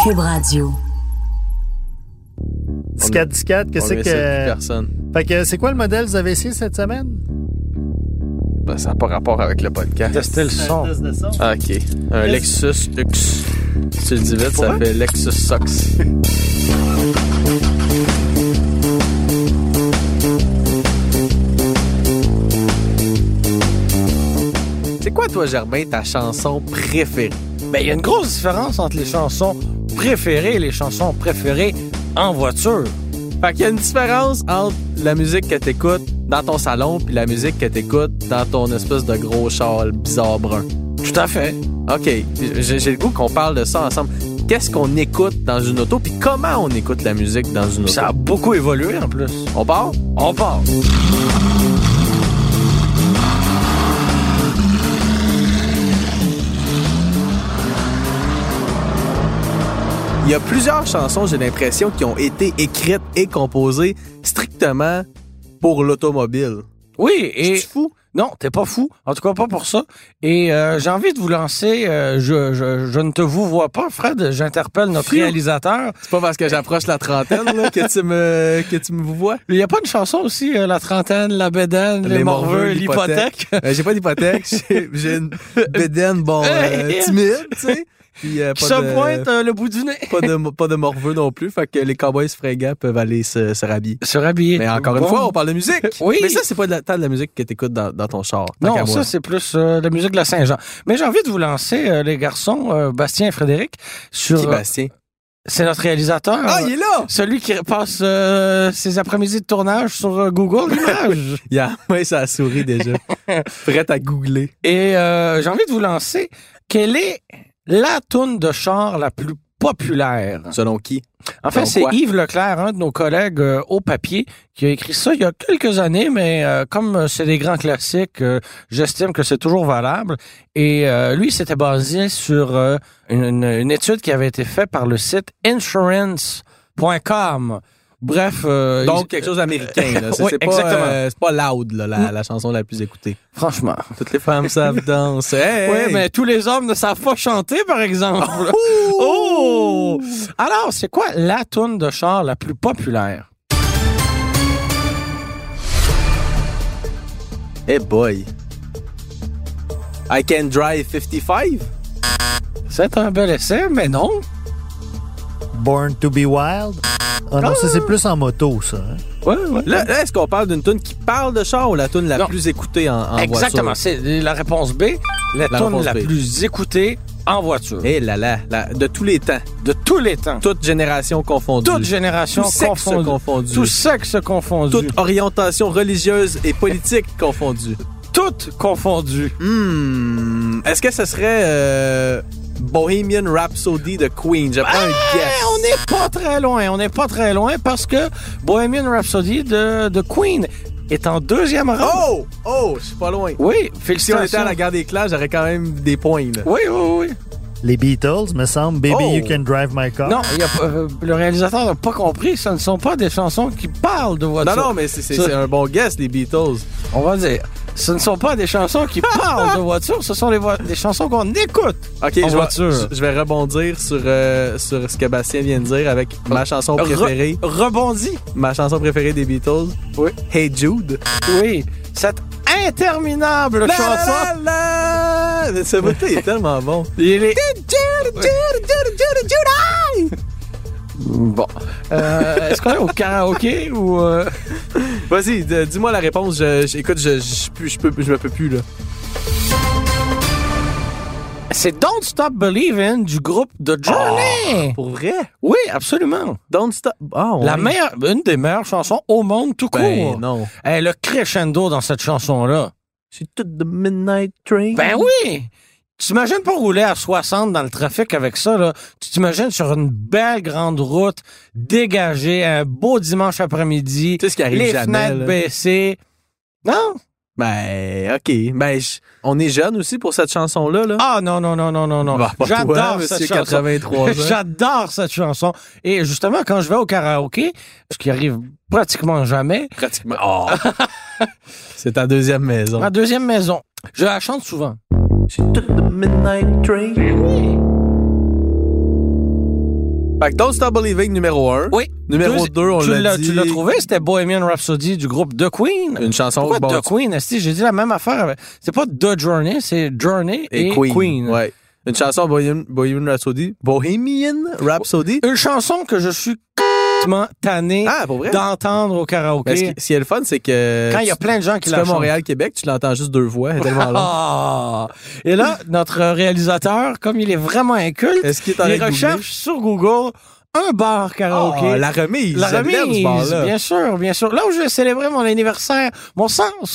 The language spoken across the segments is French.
Cube Radio. Discat, qu'est-ce que... personne. Fait que c'est quoi le modèle que vous avez essayé cette semaine? Ben, ça n'a pas rapport avec le podcast. Tester le son. Ah, OK. Un Lexus X. Si tu le dis vite, ça fait Lexus Sox. C'est quoi, toi, Germain, ta chanson préférée? Ben, il y a une grosse différence entre les chansons préférées et les chansons préférées en voiture. Fait qu'il y a une différence entre la musique que t'écoutes dans ton salon puis la musique que t'écoutes dans ton espèce de gros châle bizarre brun. Tout à fait. OK. J'ai le goût qu'on parle de ça ensemble. Qu'est-ce qu'on écoute dans une auto puis comment on écoute la musique dans une auto? Ça a beaucoup évolué en plus. On part? On part. Il y a plusieurs chansons, j'ai l'impression, qui ont été écrites et composées strictement pour l'automobile. Oui, et... Je suis fou? Non, t'es pas fou. En tout cas, pas pour ça. Et j'ai envie de vous lancer... je ne te vous vois pas, Fred. J'interpelle notre réalisateur. C'est pas parce que j'approche la trentaine là, que tu me vois. Il y a pas une chanson aussi, la trentaine, la bédaine, les morveux, l'hypothèque? J'ai pas d'hypothèque. J'ai une bédaine, timide, tu sais. Puis, qui se pointe le bout du nez. Pas de morveux non plus. Fait que les cowboys fringants peuvent aller se rhabiller. Se rhabiller. Mais encore une fois, on parle de musique. Oui. Mais ça, c'est pas tant de la musique que t'écoutes dans ton char. Non, ça, c'est plus la musique de la Saint-Jean. Mais j'ai envie de vous lancer, les garçons, Bastien et Frédéric, sur... Qui, Bastien? C'est notre réalisateur. Ah, il est là! Celui qui passe ses après-midi de tournage sur Google Images. Il a ouais, ça a souri déjà. Prête à googler. Et j'ai envie de vous lancer. Quelle est la toune de char la plus populaire? Selon qui? En fait, c'est Yves Leclerc, un de nos collègues au papier, qui a écrit ça il y a quelques années, mais comme c'est des grands classiques, j'estime que c'est toujours valable. Et lui, c'était basé sur une étude qui avait été faite par le site insurance.com. Bref... Donc, quelque chose d'américain. Là. Oui, exactement. C'est pas Loud, là, la chanson la plus écoutée. Franchement. Toutes les femmes savent danser. Hey, Oui, hey. mais tous les hommes ne savent pas chanter, par exemple. Oh! Alors, c'est quoi la toune de char la plus populaire? Hey boy. I Can Drive 55? C'est un bel essai, mais non. Born to be Wild? Ah non, ça, c'est plus en moto, ça. Hein? Ouais. Là, est-ce qu'on parle d'une toune qui parle de char ou la toune la plus écoutée en Exactement, voiture? c'est la réponse B. La toune la B. plus écoutée en voiture. Eh là, de tous les temps. De tous les temps. Toute génération confondue. Toute génération Tout sexe confondu. Tout sexe confondu. Toute orientation religieuse et politique confondue. Toutes confondues. Est-ce que ce serait Bohemian Rhapsody de Queen? Je prends un guess. On n'est pas très loin parce que Bohemian Rhapsody de Queen est en deuxième rang. Oh, je suis pas loin. Oui, Si on félicitations. était à la guerre des clans, j'aurais quand même des points. Là. Oui. Les Beatles, me semble. Baby, You Can Drive My Car. Non, le réalisateur n'a pas compris. Ce ne sont pas des chansons qui parlent de voiture. Non, mais c'est un bon guess, les Beatles. On va dire, ce ne sont pas des chansons qui parlent de voiture, ce sont des chansons qu'on écoute en voiture. Je vais rebondir sur ce que Bastien vient de dire avec ma chanson préférée. Rebondis. Ma chanson préférée des Beatles. Oui. Hey Jude. Oui, cette interminable chanson. Ce bout-là est tellement bon. Il est... Bon. Est-ce qu'on est au karaoké ou... Vas-y, dis-moi la réponse. Écoute, je me peux plus, là. C'est Don't Stop Believin' du groupe The Journey. Pour vrai? Oui, absolument. Don't Stop... Une des meilleures chansons au monde tout court. Ben non. Le crescendo dans cette chanson-là. C'est toute the Midnight Train. Ben oui! Tu t'imagines pas rouler à 60 dans le trafic avec ça, là? Tu t'imagines sur une belle grande route, dégagée, un beau dimanche après-midi. Tu sais ce qui arrive les jamais, fenêtres là. baissées. Non? Ben, OK. Ben, on est jeune aussi pour cette chanson-là, là. Ah, non. Bah, pas toi, J'adore cette monsieur chanson. 83 ans. J'adore cette chanson. Et justement, quand je vais au karaoké, ce qui arrive pratiquement jamais, Pratiquement. Oh. C'est ta deuxième maison. ma deuxième maison, je la chante souvent. C'est toute the Midnight Train. Oui. Fait que Don't Stop Believing, numéro 1. Oui. Numéro 2, on l'a dit. Tu l'as trouvé, c'était Bohemian Rhapsody du groupe The Queen. Une chanson... Pourquoi The Queen, esti? J'ai dit la même affaire. C'est pas The Journey, c'est Journey et Queen. Ouais. Une chanson Bohemian Rhapsody. Bohemian Rhapsody. Une chanson que je suis tanné d'entendre au karaoké. Ce qui est le fun, c'est que... Quand il y a plein de gens qui la chantent. Montréal-Québec, tu l'entends juste 2 fois. Elle est tellement longue. Et là, notre réalisateur, comme il est vraiment inculte, il recherche sur Google un bar karaoké. La remise. La remise, bar-là. Bien sûr, bien sûr. Là où j'ai célébré mon anniversaire, mon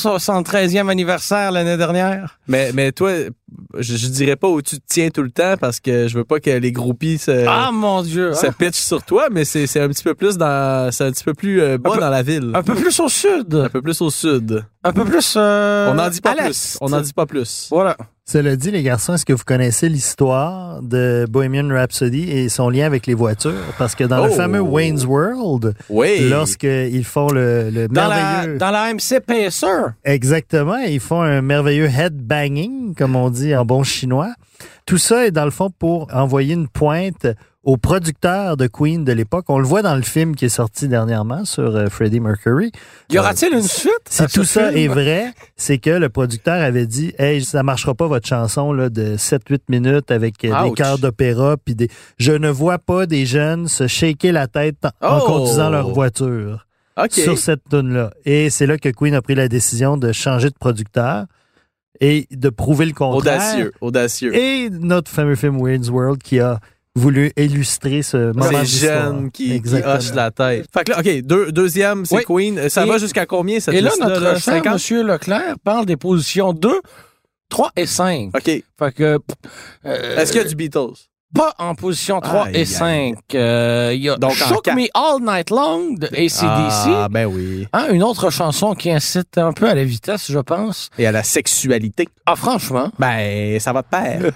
173e anniversaire l'année dernière. Mais toi, je dirais pas où tu te tiens tout le temps parce que je veux pas que les groupies mon Dieu, se pitchent sur toi, mais c'est un petit peu plus bas dans la ville. Un peu plus au sud. Un peu plus au sud. Un peu plus on n'en dit pas plus. On n'en dit pas plus. Voilà. Cela dit, les garçons, est-ce que vous connaissez l'histoire de Bohemian Rhapsody et son lien avec les voitures? Parce que dans le fameux Wayne's World, lorsqu'ils font le merveilleux... Dans la AMC Pacer. Exactement, ils font un merveilleux headbanging, comme on dit en bon chinois. Tout ça est dans le fond pour envoyer une pointe aux producteurs de Queen de l'époque. On le voit dans le film qui est sorti dernièrement sur Freddie Mercury. Y aura-t-il une suite? Si tout ça est vrai, c'est que le producteur avait dit « Hey, ça marchera pas votre chanson là, de 7-8 minutes avec des chœurs d'opéra. Puis Je ne vois pas des jeunes se shaker la tête en conduisant leur voiture sur cette tune-là. » Et c'est là que Queen a pris la décision de changer de producteur et de prouver le contraire. Audacieux. Et notre fameux film Wayne's World qui a voulu illustrer ce moment d'histoire. Ces jeunes qui hochent la tête. Fait que là, OK, deuxième, c'est Queen. Ça va jusqu'à combien, cette liste-là? Et là, notre cher Monsieur Leclerc parle des positions 2, 3 et 5. OK. Fait que... est-ce qu'il y a du Beatles? Pas en position 3 et 5. Il y a Shook Me All Night Long de AC/DC. Ah, ben oui. Une autre chanson qui incite un peu à la vitesse, je pense. Et à la sexualité. Ah, franchement. Ben, ça va de pair.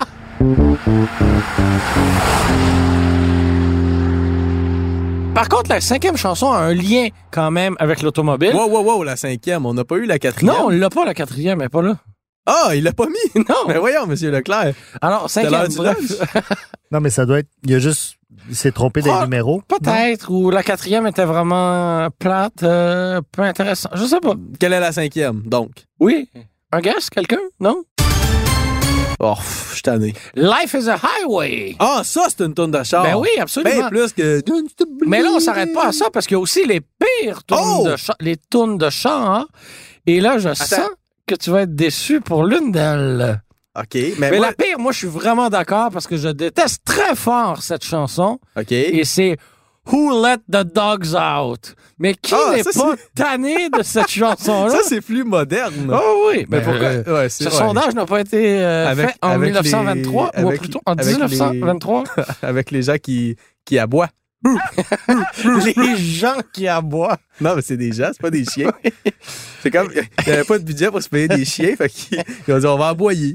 Par contre, la 5e chanson a un lien quand même avec l'automobile. Wow, la 5e. On n'a pas eu la 4e. Non, on l'a pas, la 4e, elle n'est pas là. Ah, il l'a pas mis? Non. Mais voyons, Monsieur Leclerc. Alors, 5e, bref. Non, mais ça doit être... Il s'est trompé des numéros. Peut-être, ou la 4e était vraiment plate, peu intéressant. Je sais pas. Quelle est la 5e, donc? Oui. Un guess, quelqu'un? Non? Oh, je suis tanné. Life is a Highway. Ah, ça, c'est une toune de char. Ben oui, absolument. Ben plus que... Mais là, on s'arrête pas à ça, parce qu'il y a aussi les pires tunes de char, les tunes de char. Et là, je sens que tu vas être déçu pour l'une d'elles. OK. Mais la pire, moi, je suis vraiment d'accord, parce que je déteste très fort cette chanson. OK. Et c'est Who Let the Dogs Out? Mais qui n'est pas tanné de cette chanson-là? Ça, c'est plus moderne. Oh oui. Mais pourquoi? Ce sondage n'a pas été fait en 1923, ou plutôt en 1923. Avec les gens qui aboient. Les gens qui aboient. Non, mais c'est des gens, c'est pas des chiens. C'est comme, il n'y avait pas de budget pour se payer des chiens, fait qu'ils ont dit, on va aboyer.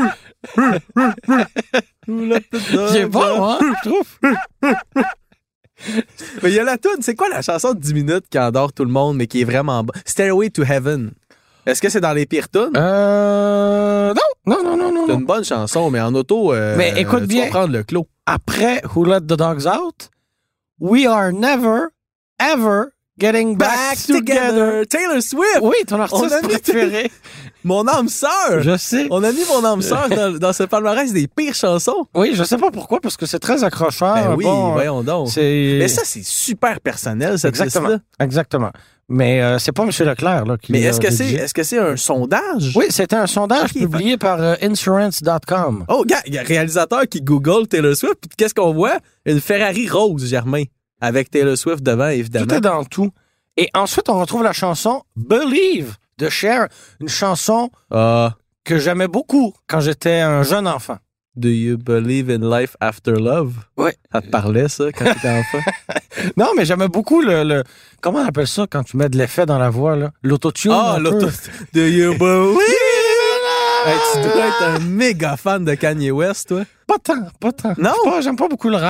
C'est bon, hein, je trouve. Mais il y a la toune, c'est quoi la chanson de 10 minutes qui endort tout le monde, mais qui est vraiment bonne? Stairway to Heaven. Est-ce que c'est dans les pires tunes? Non. C'est une bonne chanson, mais en auto, mais écoute bien, tu vas prendre le clos. Après Who Let the Dogs Out, We Are Never, Ever Getting Back Together. Taylor Swift! Oui, ton artiste préféré. Mon âme sœur! Je sais. On a mis mon âme sœur dans ce palmarès des pires chansons. Oui, je sais pas pourquoi, parce que c'est très accrocheur. Ben oui, voyons donc. Mais ça, c'est super personnel, cette liste-là. Exactement. Mais c'est pas M. Leclerc là, qui. Mais est-ce que c'est un sondage? Oui, c'était un sondage publié par insurance.com. Oh, gars, il y a un réalisateur qui Google Taylor Swift, puis qu'est-ce qu'on voit? Une Ferrari rose, Germain, avec Taylor Swift devant, évidemment. Tout est dans tout. Et ensuite, on retrouve la chanson Believe de Cher, une chanson que j'aimais beaucoup quand j'étais un jeune enfant. Do you believe in life after love? Oui. Ça te parlait, ça, quand tu étais enfant? Non, mais j'aimais beaucoup le... Comment on appelle ça quand tu mets de l'effet dans la voix, là? L'autotune. Ah, l'autotune. Do you believe? Hey, tu dois être un méga fan de Kanye West, toi. Pas tant. Non? J'aime pas beaucoup le rap.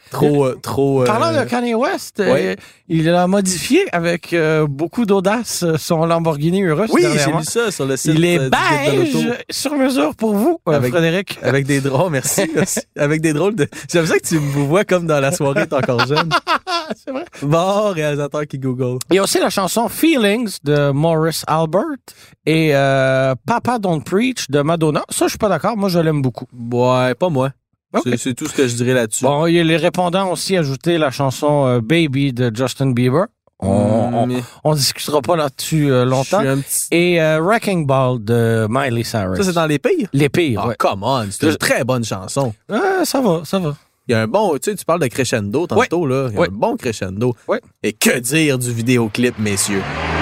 trop. Parlant de Kanye West, il a modifié avec beaucoup d'audace son Lamborghini Urus. Oui, j'ai lu ça sur le site. Il est beige sur mesure pour vous, Frédéric. Avec des drôles, merci. Avec des drôles de. J'aime ça que tu me vois comme dans la soirée, t'es encore jeune. C'est vrai. Bon, réalisateur qui Google. Il y a aussi la chanson Feelings de Morris Albert et Papa Don't Preach de Madonna. Ça, je suis pas d'accord. Moi, je l'aime beaucoup. Ouais, pas moi. Okay. C'est tout ce que je dirais là-dessus. Bon, il y a les répondants aussi ajouté la chanson Baby de Justin Bieber. On discutera pas là-dessus longtemps. Et Wrecking Ball de Miley Cyrus. Ça, c'est dans les pires? Les pires, ouais. Come on, c'est une très bonne chanson. Ça va. Il y a un bon, tu sais, tu parles de crescendo tantôt, là. Il y a un bon crescendo. Ouais. Et que dire du vidéoclip, messieurs?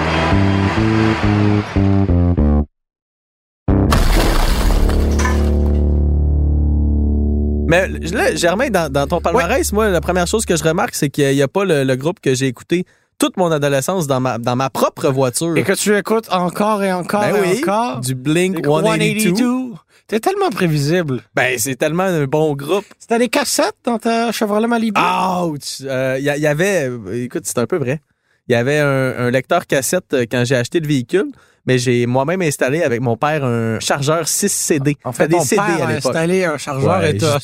Mais là, Germain, dans ton palmarès, moi, la première chose que je remarque, c'est qu'il n'y a pas le groupe que j'ai écouté toute mon adolescence dans ma propre voiture. Et que tu écoutes encore et encore encore. Du Blink 182. T'es tellement prévisible. Ben, c'est tellement un bon groupe. C'était des cassettes dans ta Chevrolet Malibu? Ouch! Il y avait... Écoute, c'est un peu vrai. Il y avait un lecteur cassette quand j'ai acheté le véhicule, mais j'ai moi-même installé avec mon père un chargeur 6 CD. En fait, des ton CD père a installé un chargeur et t'as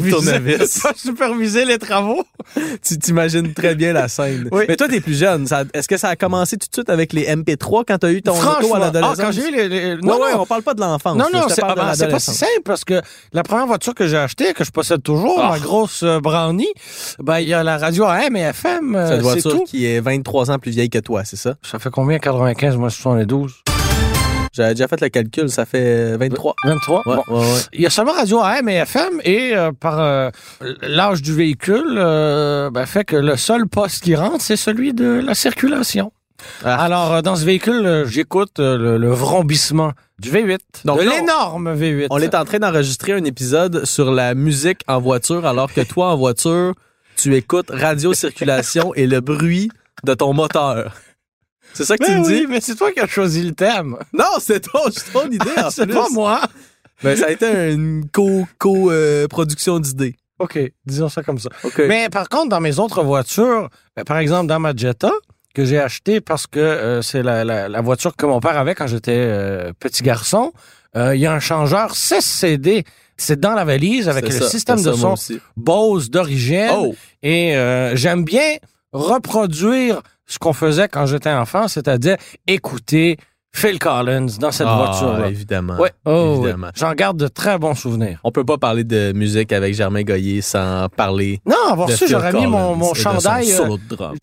supervisé les travaux. Tu t'imagines très bien la scène. Oui. Mais toi, t'es plus jeune. Est-ce que ça a commencé tout de suite avec les MP3 quand t'as eu ton auto à l'adolescence? Quand j'ai eu les... Non, on parle pas de l'enfance. Non, c'est pas si simple parce que la première voiture que j'ai achetée, que je possède toujours, ma grosse Brownie, ben, il y a la radio AM et FM. C'est une voiture qui est 23 ans plus vieille que toi, c'est ça? Ça fait combien? 95, moi, 72. J'avais déjà fait le calcul, ça fait 23. 23? Ouais, bon. Ouais. Il y a seulement radio AM et FM et par l'âge du véhicule, fait que le seul poste qui rentre, c'est celui de la circulation. Ah. Alors, dans ce véhicule, j'écoute le vrombissement du V8, donc l'énorme V8. On est en train d'enregistrer un épisode sur la musique en voiture, alors que toi, en voiture, tu écoutes radio circulation et le bruit de ton moteur. C'est ça que tu me dis? Oui, mais c'est toi qui as choisi le thème. Non, c'est ton idée, en c'est plus. pas moi. Ben, ça a été une co-production d'idées. OK, disons ça comme ça. Okay. Mais par contre, dans mes autres voitures, par exemple, dans ma Jetta, que j'ai achetée parce que c'est la voiture que mon père avait quand j'étais petit garçon, il y a un changeur 6 CD. C'est dans la valise avec système de son Bose d'origine. Oh. Et j'aime bien reproduire ce qu'on faisait quand j'étais enfant, c'est-à-dire écouter Phil Collins dans cette voiture-là. Évidemment. Ouais. Évidemment. Oui. J'en garde de très bons souvenirs. On peut pas parler de musique avec Germain Goyer sans parler. Non, avoir su, j'aurais mis mon chandail. Solo de drum.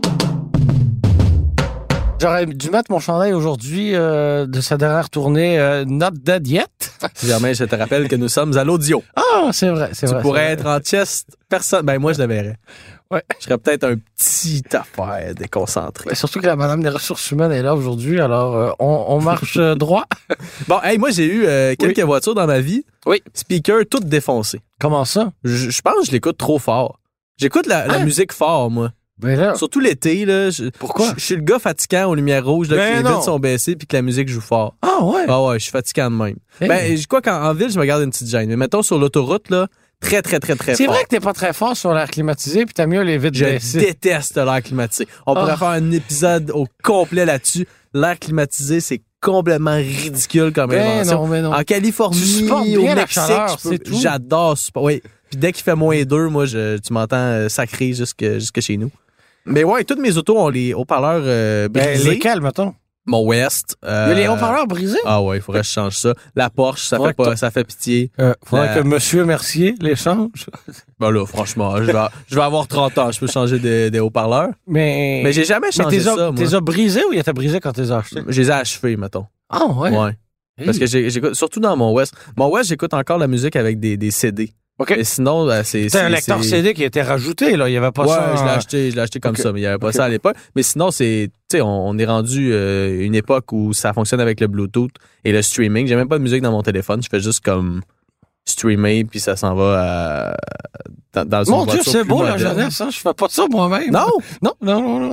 J'aurais dû mettre mon chandail aujourd'hui de sa dernière tournée Not Dead Yet. Germain, je te rappelle que nous sommes à l'audio. Ah, c'est vrai. Tu pourrais être en chest. Personne. Ben, moi, je le verrais. Ouais. Je serais peut-être un petit affaire déconcentré. Ouais, surtout que la madame des ressources humaines est là aujourd'hui, alors on marche droit. Bon, hey, moi, j'ai eu quelques voitures dans ma vie. Oui. Speaker toutes défoncées. Comment ça? Je pense que je l'écoute trop fort. J'écoute la musique fort, moi. Ben là. Surtout l'été, là. Pourquoi? Je suis le gars fatigant aux lumières rouges, là, que les vitres sont baissées puis que la musique joue fort. Ah ouais? Ah ouais, je suis fatigant de même. Hey. Ben, je crois qu'en ville, je me garde une petite gêne. Mais mettons sur l'autoroute, là, très fort. C'est vrai que t'es pas très fort sur l'air climatisé puis t'as mieux les vitres baissées. Je déteste l'air climatisé. On pourrait faire un épisode au complet là-dessus. L'air climatisé, c'est complètement ridicule comme invention. Non. En Californie, au Mexique, j'adore. Oui. Puis dès qu'il fait -2, moi, tu m'entends sacrer jusque chez nous. Mais ouais, toutes mes autos ont les haut-parleurs brisés. Lesquels, mettons? Mon West. Il y a les haut-parleurs brisés? Ah ouais, il faudrait que je change ça. La Porsche, ça fait pitié. Faudrait que Monsieur Mercier les change. Ben là, franchement, je vais avoir 30 ans, je peux changer des haut-parleurs. Mais j'ai jamais changé ça, moi. T'es brisés ou ils étaient brisés quand t'es achetés? Je les ai achevés, mettons. Ah ouais? Ouais. Parce que j'écoute, surtout dans mon West. Mon West, j'écoute encore la musique avec des CD. Okay. Mais sinon, c'est un lecteur CD qui a été rajouté, là. Il y avait pas ça. Ouais, je l'ai acheté comme ça, mais il y avait pas ça à l'époque. Mais sinon, tu sais, on est rendu une époque où ça fonctionne avec le Bluetooth et le streaming. J'ai même pas de musique dans mon téléphone. Je fais juste comme streamer puis ça s'en va dans une voiture. Mon Dieu, c'est beau moderne. la jeunesse, hein? Je fais pas ça moi-même. Non? Non.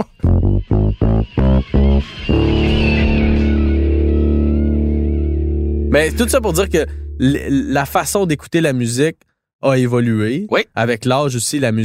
Mais tout ça pour dire que la façon d'écouter la musique a évolué. Oui. Avec l'âge aussi, la musique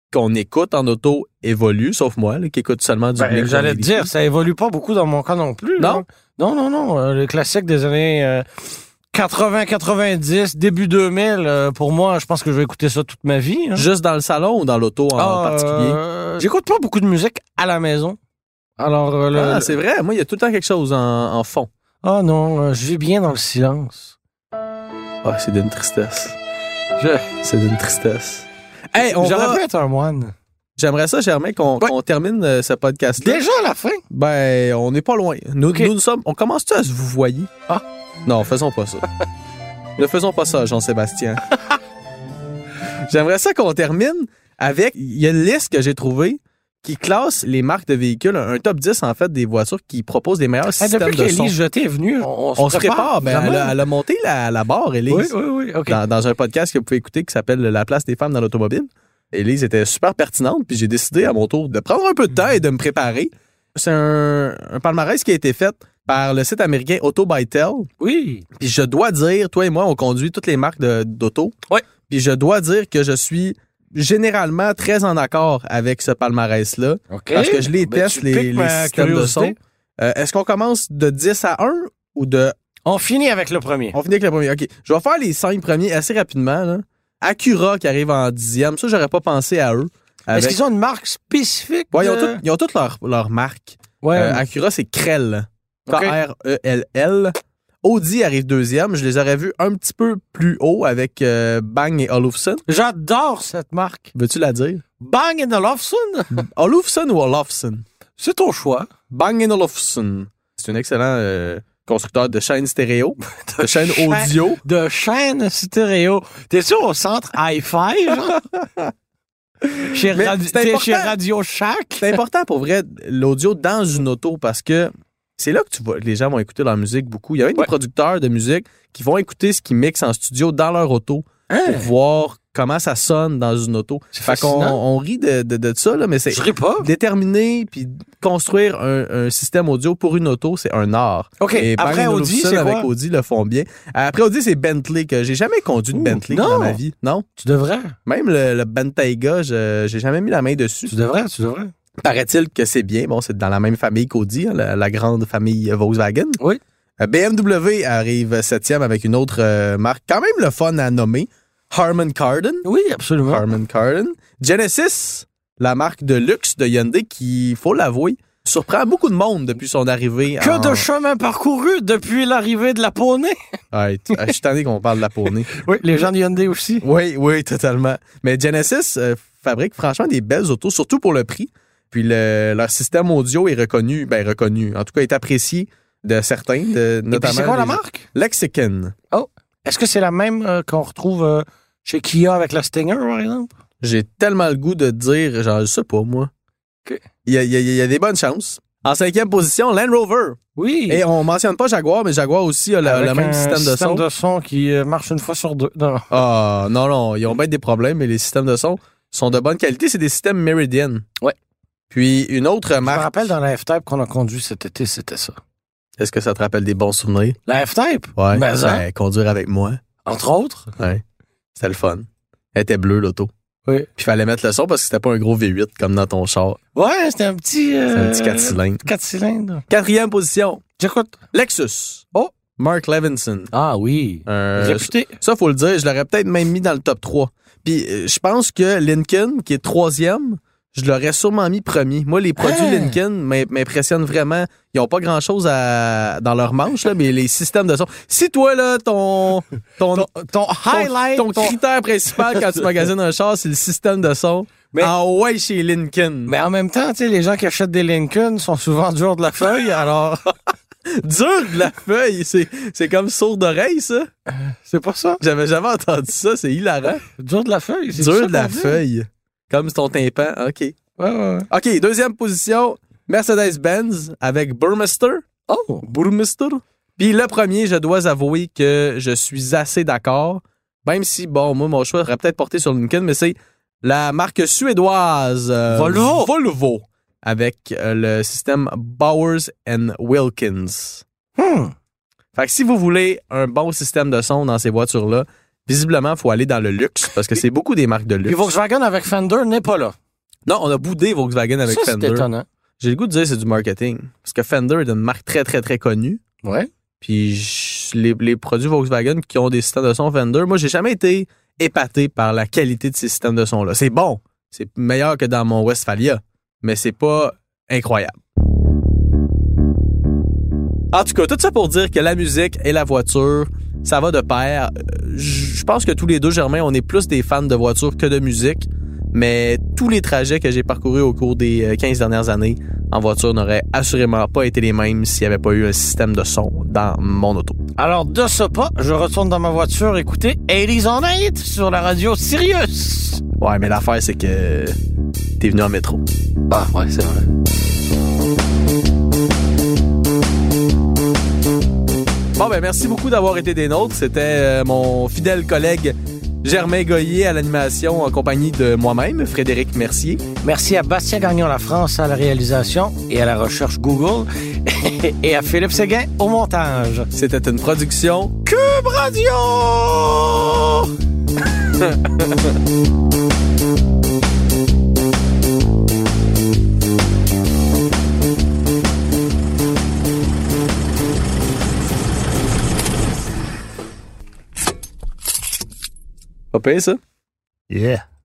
qu'on écoute en auto évolue, sauf moi, là, qui écoute seulement du Blink. J'allais te dire, ça évolue pas beaucoup dans mon cas non plus. Non? Là. Non. Le classique des années 80, 90, début 2000, pour moi, je pense que je vais écouter ça toute ma vie. Hein. Juste dans le salon ou dans l'auto en particulier? J'écoute pas beaucoup de musique à la maison. Alors, c'est vrai. Moi, il y a tout le temps quelque chose en fond. Ah non, je vis bien dans le silence. Ah, c'est d'une tristesse. C'est d'une tristesse. Hey, J'aurais pu être un moine. J'aimerais ça, Germain, qu'on termine ce podcast-là. Déjà à la fin? Ben, on n'est pas loin. Nous sommes... On commence-tu à se vous voyer? Ah. Non, faisons pas ça. Ne faisons pas ça, Jean-Sébastien. J'aimerais ça qu'on termine avec... Il y a une liste que j'ai trouvée qui classe les marques de véhicules, un top 10, en fait, des voitures qui proposent les meilleurs systèmes de son. Depuis qu'Élise Jeté est venue, on se prépare. Ben, elle a monté la barre, Élise. Oui. OK. Dans un podcast que vous pouvez écouter qui s'appelle La place des femmes dans l'automobile. Élise était super pertinente, puis j'ai décidé à mon tour de prendre un peu de temps et de me préparer. C'est un palmarès qui a été fait par le site américain Auto by Tel. Oui. Puis je dois dire, toi et moi, on conduit toutes les marques d'auto. Oui. Puis je dois dire que je suis généralement très en accord avec ce palmarès-là. OK. Parce que je les teste, les systèmes de son. Est-ce qu'on commence de 10 à 1 ou de... On finit avec le premier. On finit avec le premier. OK. Je vais faire les 5 premiers assez rapidement, là. Acura qui arrive en 10e. Ça, j'aurais pas pensé à eux. Est-ce qu'ils ont une marque spécifique? Ouais, ils ont toutes leur marque. Ouais. Acura, c'est Krell. OK. K-R-E-L-L. Audi arrive 2e. Je les aurais vus un petit peu plus haut avec Bang et Olufsen. J'adore cette marque. Veux-tu la dire? Bang & Olufsen? Olufsen ou Olufsen? C'est ton choix. Bang & Olufsen. C'est un excellent constructeur de chaînes stéréo, de chaînes audio. De chaînes stéréo. T'es-tu au centre Hi-Fi, genre? Chez Radio Shack? C'est important pour vrai, l'audio dans une auto, parce que c'est là que les gens vont écouter leur musique beaucoup. Il y a même des producteurs de musique qui vont écouter ce qu'ils mixent en studio dans leur auto pour voir comment ça sonne dans une auto. Fait qu'on on rit de ça, là, mais c'est déterminer puis construire un système audio pour une auto, c'est un art. OK. Et après Audi, c'est avec quoi? Audi le font bien. Après Audi, c'est Bentley, que j'ai jamais conduit de Bentley dans ma vie. Non? Tu devrais. Même le Bentayga, j'ai jamais mis la main dessus. Tu devrais. Paraît-il que c'est bien. Bon, c'est dans la même famille qu'Audi, hein, la grande famille Volkswagen. Oui. BMW arrive 7e avec une autre marque, quand même le fun à nommer. Harman Kardon. Oui, absolument. Harman Kardon. Genesis, la marque de luxe de Hyundai qui, faut l'avouer, surprend beaucoup de monde depuis son arrivée. De chemin parcouru depuis l'arrivée de la Poney. Ouais, je suis tanné qu'on parle de la Poney. Oui, les gens de Hyundai aussi. Oui, totalement. Mais Genesis fabrique franchement des belles autos, surtout pour le prix. Puis leur système audio est reconnu, en tout cas est apprécié de certains, notamment. C'est quoi la marque? Lexicon. Oh, est-ce que c'est la même qu'on retrouve chez Kia avec la Stinger, par exemple? J'ai tellement le goût de dire, genre, je sais pas, moi. Okay. Il y a des bonnes chances. En 5e position, Land Rover. Oui. Et on mentionne pas Jaguar, mais Jaguar aussi a le même système de son. Système de son qui marche une fois sur deux. Non. Ah, non, ils ont bien des problèmes, mais les systèmes de son sont de bonne qualité. C'est des systèmes Meridian. Ouais. Puis une autre marque. Je me rappelle dans la F-Type qu'on a conduit cet été, c'était ça. Est-ce que ça te rappelle des bons souvenirs? La F-Type? Ouais. Ben, conduire avec moi. Entre autres? Ouais. C'était le fun. Elle était bleue, l'auto. Oui. Puis il fallait mettre le son parce que c'était pas un gros V8 comme dans ton char. Ouais, c'était un petit... C'est un petit 4 cylindres. 4 cylindres. 4e position. J'écoute. Lexus. Oh. Mark Levinson. Ah oui. Réputé. Ça, faut le dire. Je l'aurais peut-être même mis dans le top 3. Puis je pense que Lincoln, qui est 3e, je l'aurais sûrement mis premier. Moi, les produits Lincoln m'impressionnent vraiment. Ils n'ont pas grand-chose dans leur manche, là, mais les systèmes de son. Si toi, là, ton highlight, ton critère principal quand tu magasines un char, c'est le système de son. Mais ouais, chez Lincoln. Mais en même temps, tu sais, les gens qui achètent des Lincoln sont souvent durs de la feuille, alors... Dur de la feuille, c'est comme sourd d'oreille, ça. C'est pas ça. J'avais jamais entendu ça, c'est hilarant. Dur de la feuille, c'est dur de la feuille. Comme ton tympan, OK. Ouais. OK, 2e position, Mercedes-Benz avec Burmester. Oh! Burmester. Puis le premier, je dois avouer que je suis assez d'accord, même si, bon, moi, mon choix aurait peut-être porté sur Lincoln, mais c'est la marque suédoise Volvo avec le système Bowers & Wilkins. Fait que si vous voulez un bon système de son dans ces voitures-là, visiblement, il faut aller dans le luxe parce que c'est beaucoup des marques de luxe. Puis Volkswagen avec Fender n'est pas là. Non, on a boudé Volkswagen avec ça, Fender. C'est étonnant. J'ai le goût de dire que c'est du marketing. Parce que Fender est une marque très, très, très connue. Ouais. Puis les produits Volkswagen qui ont des systèmes de son Fender, moi, j'ai jamais été épaté par la qualité de ces systèmes de son-là. C'est bon. C'est meilleur que dans mon Westphalia. Mais c'est pas incroyable. En tout cas, tout ça pour dire que la musique et la voiture, ça va de pair. Je pense que tous les deux, Germain, on est plus des fans de voiture que de musique. Mais tous les trajets que j'ai parcourus au cours des 15 dernières années en voiture n'auraient assurément pas été les mêmes s'il n'y avait pas eu un système de son dans mon auto. Alors, de ce pas, je retourne dans ma voiture écouter 80s on 8 sur la radio Sirius. Ouais, mais l'affaire, c'est que t'es venu en métro. Ah, ouais, c'est vrai. Bon, ben merci beaucoup d'avoir été des nôtres. C'était mon fidèle collègue Germain Goyer à l'animation en compagnie de moi-même, Frédéric Mercier. Merci à Bastien Gagnon La France à la réalisation et à la recherche Google et à Philippe Séguin au montage. C'était une production Cube Radio! Pas payé, ça? Yeah.